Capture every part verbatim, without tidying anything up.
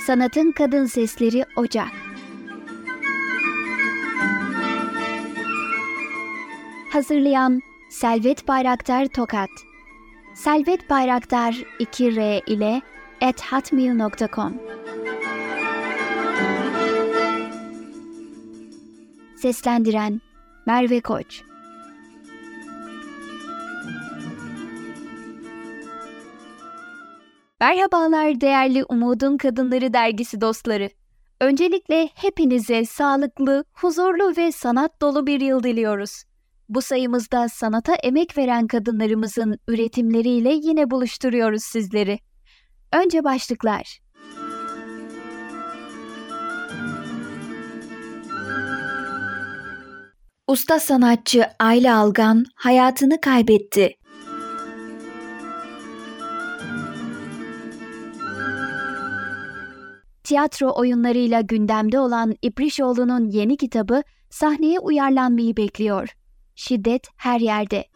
Sanatın Kadın Sesleri Ocak. Hazırlayan Selvet Bayraktar Tokat. Selvet Bayraktar iki R ile et hotmail nokta com. Seslendiren Merve Koç. Merhabalar değerli Umudun Kadınları dergisi dostları. Öncelikle hepinize sağlıklı, huzurlu ve sanat dolu bir yıl diliyoruz. Bu sayımızda sanata emek veren kadınlarımızın üretimleriyle yine buluşturuyoruz sizleri. Önce başlıklar. Usta sanatçı Ayla Algan hayatını kaybetti. Tiyatro oyunlarıyla gündemde olan İprişoğlu'nun yeni kitabı sahneye uyarlanmayı bekliyor. Şiddet her yerde.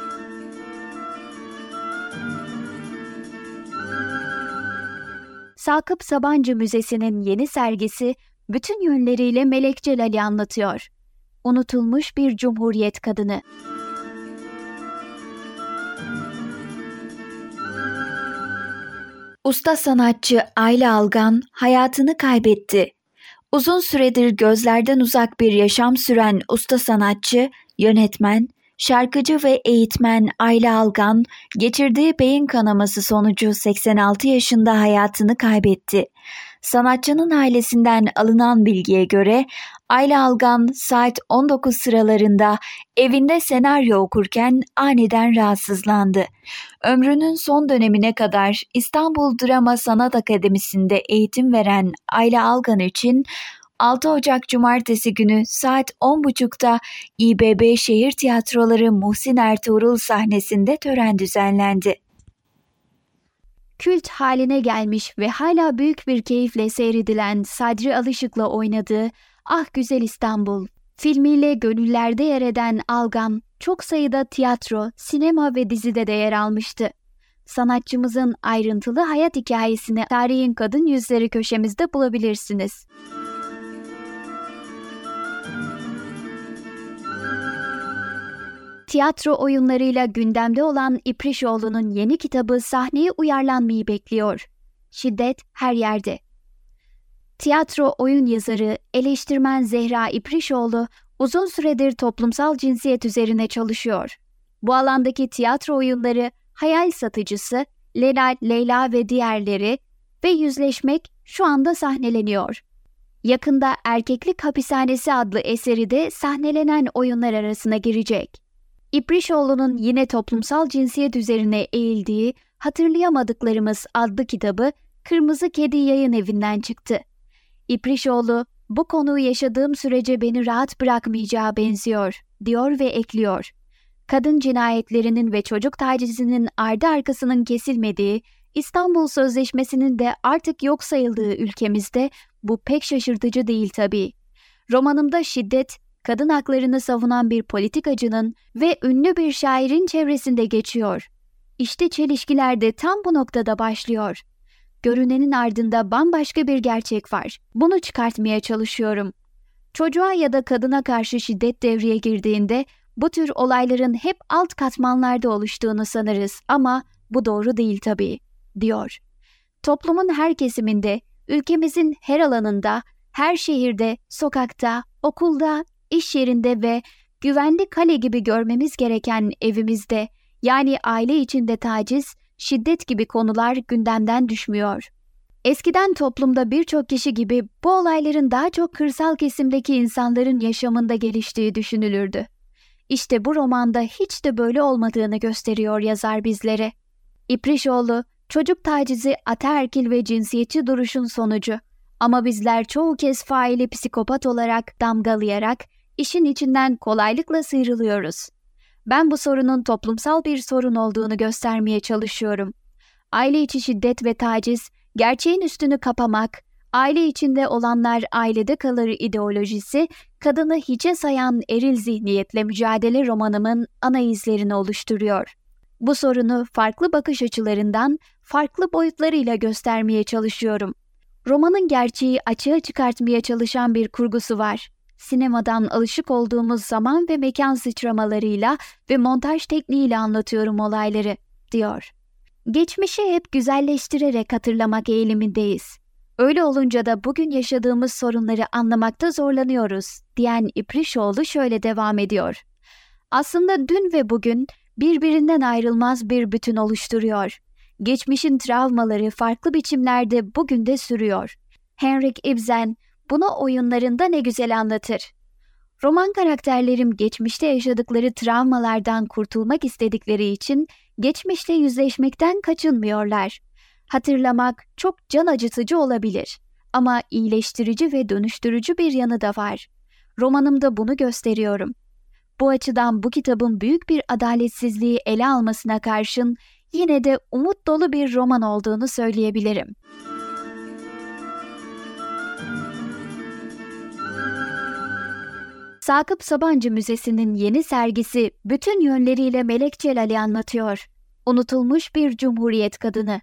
Sakıp Sabancı Müzesi'nin yeni sergisi bütün yönleriyle Melek Celal'i anlatıyor. Unutulmuş bir Cumhuriyet kadını. Usta sanatçı Ayla Algan hayatını kaybetti. Uzun süredir gözlerden uzak bir yaşam süren usta sanatçı, yönetmen, şarkıcı ve eğitmen Ayla Algan, geçirdiği beyin kanaması sonucu seksen altı yaşında hayatını kaybetti. Sanatçının ailesinden alınan bilgiye göre Ayla Algan saat on dokuz sıralarında evinde senaryo okurken aniden rahatsızlandı. Ömrünün son dönemine kadar İstanbul Drama Sanat Akademisi'nde eğitim veren Ayla Algan için altı Ocak Cumartesi günü saat on buçukta İ B B Şehir Tiyatroları Muhsin Ertuğrul sahnesinde tören düzenlendi. Kült haline gelmiş ve hala büyük bir keyifle seyredilen Sadri Alışık'la oynadığı Ah Güzel İstanbul filmiyle gönüllerde yer eden Algan, çok sayıda tiyatro, sinema ve dizide de yer almıştı. Sanatçımızın ayrıntılı hayat hikayesini Tarihin Kadın Yüzleri köşemizde bulabilirsiniz. Tiyatro oyunlarıyla gündemde olan İprişoğlu'nun yeni kitabı sahneye uyarlanmayı bekliyor. Şiddet her yerde. Tiyatro oyun yazarı, eleştirmen Zehra İprişoğlu uzun süredir toplumsal cinsiyet üzerine çalışıyor. Bu alandaki tiyatro oyunları Hayal Satıcısı, Leyla, Leyla ve diğerleri ve Yüzleşmek şu anda sahneleniyor. Yakında Erkeklik Hapishanesi adlı eseri de sahnelenen oyunlar arasına girecek. İprişoğlu'nun yine toplumsal cinsiyet üzerine eğildiği Hatırlayamadıklarımız adlı kitabı Kırmızı Kedi Yayın Evi'nden çıktı. İprişoğlu, bu konuyu yaşadığım sürece beni rahat bırakmayacağı benziyor, diyor ve ekliyor. Kadın cinayetlerinin ve çocuk tacizinin ardı arkasının kesilmediği, İstanbul Sözleşmesi'nin de artık yok sayıldığı ülkemizde bu pek şaşırtıcı değil tabii. Romanımda şiddet, kadın haklarını savunan bir politikacının ve ünlü bir şairin çevresinde geçiyor. İşte çelişkiler de tam bu noktada başlıyor. Görünenin ardında bambaşka bir gerçek var. Bunu çıkartmaya çalışıyorum. Çocuğa ya da kadına karşı şiddet devreye girdiğinde bu tür olayların hep alt katmanlarda oluştuğunu sanırız ama bu doğru değil tabii, diyor. Toplumun her kesiminde, ülkemizin her alanında, her şehirde, sokakta, okulda, iş yerinde ve güvenli kale gibi görmemiz gereken evimizde, yani aile içinde taciz, şiddet gibi konular gündemden düşmüyor. Eskiden toplumda birçok kişi gibi bu olayların daha çok kırsal kesimdeki insanların yaşamında geliştiği düşünülürdü. İşte bu romanda hiç de böyle olmadığını gösteriyor yazar bizlere. İprişoğlu, çocuk tacizi ataerkil ve cinsiyetçi duruşun sonucu. Ama bizler çoğu kez faili psikopat olarak damgalayarak işin içinden kolaylıkla sıyrılıyoruz. Ben bu sorunun toplumsal bir sorun olduğunu göstermeye çalışıyorum. Aile içi şiddet ve taciz, gerçeğin üstünü kapamak, aile içinde olanlar ailede kalır ideolojisi, kadını hiçe sayan eril zihniyetle mücadele romanımın ana izlerini oluşturuyor. Bu sorunu farklı bakış açılarından, farklı boyutlarıyla göstermeye çalışıyorum. Romanın gerçeği açığa çıkartmaya çalışan bir kurgusu var. Sinemadan alışık olduğumuz zaman ve mekan sıçramalarıyla ve montaj tekniğiyle anlatıyorum olayları, diyor. Geçmişi hep güzelleştirerek hatırlamak eğilimindeyiz. Öyle olunca da bugün yaşadığımız sorunları anlamakta zorlanıyoruz, diyen İprişoğlu şöyle devam ediyor. Aslında dün ve bugün birbirinden ayrılmaz bir bütün oluşturuyor. Geçmişin travmaları farklı biçimlerde bugün de sürüyor. Henrik Ibsen bunu oyunlarında ne güzel anlatır. Roman karakterlerim geçmişte yaşadıkları travmalardan kurtulmak istedikleri için geçmişle yüzleşmekten kaçınmıyorlar. Hatırlamak çok can acıtıcı olabilir ama iyileştirici ve dönüştürücü bir yanı da var. Romanımda bunu gösteriyorum. Bu açıdan bu kitabın büyük bir adaletsizliği ele almasına karşın yine de umut dolu bir roman olduğunu söyleyebilirim. Sakıp Sabancı Müzesi'nin yeni sergisi bütün yönleriyle Melek Celal'i anlatıyor. Unutulmuş bir Cumhuriyet kadını.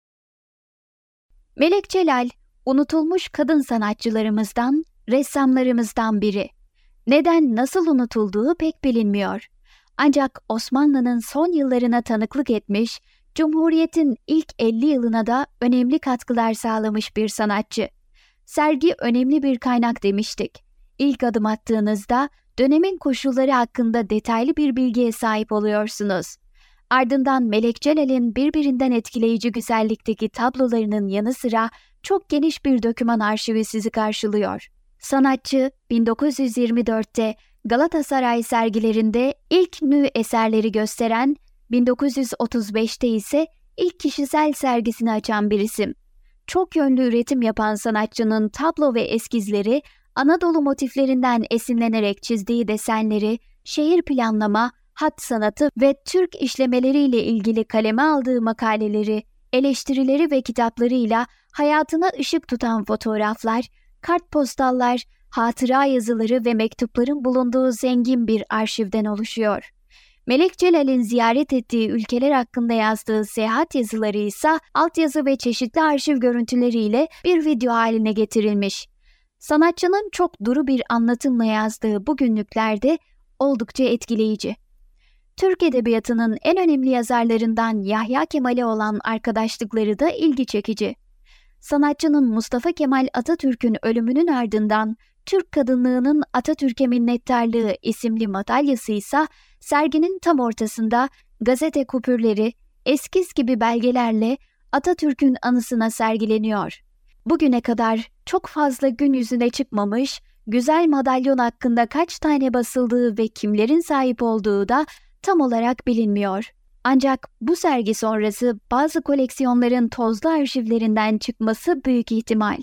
Melek Celal, unutulmuş kadın sanatçılarımızdan, ressamlarımızdan biri. Neden, nasıl unutulduğu pek bilinmiyor. Ancak Osmanlı'nın son yıllarına tanıklık etmiş, Cumhuriyet'in ilk elli yılına da önemli katkılar sağlamış bir sanatçı. Sergi önemli bir kaynak demiştik. İlk adım attığınızda dönemin koşulları hakkında detaylı bir bilgiye sahip oluyorsunuz. Ardından Melek Celal'in birbirinden etkileyici güzellikteki tablolarının yanı sıra çok geniş bir doküman arşivi sizi karşılıyor. Sanatçı bin dokuz yüz yirmi dörtte Galatasaray sergilerinde ilk nü eserleri gösteren, bin dokuz yüz otuz beşte ise ilk kişisel sergisini açan bir isim. Çok yönlü üretim yapan sanatçının tablo ve eskizleri, Anadolu motiflerinden esinlenerek çizdiği desenleri, şehir planlama, hat sanatı ve Türk işlemeleriyle ilgili kaleme aldığı makaleleri, eleştirileri ve kitaplarıyla hayatına ışık tutan fotoğraflar, kartpostallar, hatıra yazıları ve mektupların bulunduğu zengin bir arşivden oluşuyor. Melek Celal'in ziyaret ettiği ülkeler hakkında yazdığı seyahat yazıları ise altyazı ve çeşitli arşiv görüntüleriyle bir video haline getirilmiş. Sanatçının çok duru bir anlatımla yazdığı bu günlüklerde oldukça etkileyici. Türk Edebiyatı'nın en önemli yazarlarından Yahya Kemal'e olan arkadaşlıkları da ilgi çekici. Sanatçının Mustafa Kemal Atatürk'ün ölümünün ardından Türk kadınlığının Atatürk'e minnettarlığı isimli madalyası ise serginin tam ortasında gazete kupürleri, eskiz gibi belgelerle Atatürk'ün anısına sergileniyor. Bugüne kadar çok fazla gün yüzüne çıkmamış, güzel madalyon hakkında kaç tane basıldığı ve kimlerin sahip olduğu da tam olarak bilinmiyor. Ancak bu sergi sonrası bazı koleksiyonların tozlu arşivlerinden çıkması büyük ihtimal.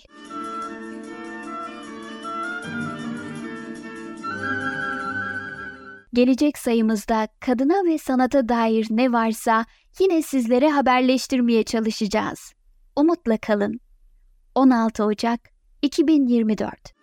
Gelecek sayımızda kadına ve sanata dair ne varsa yine sizlere haberleştirmeye çalışacağız. Umutla kalın. on altı Ocak iki bin yirmi dört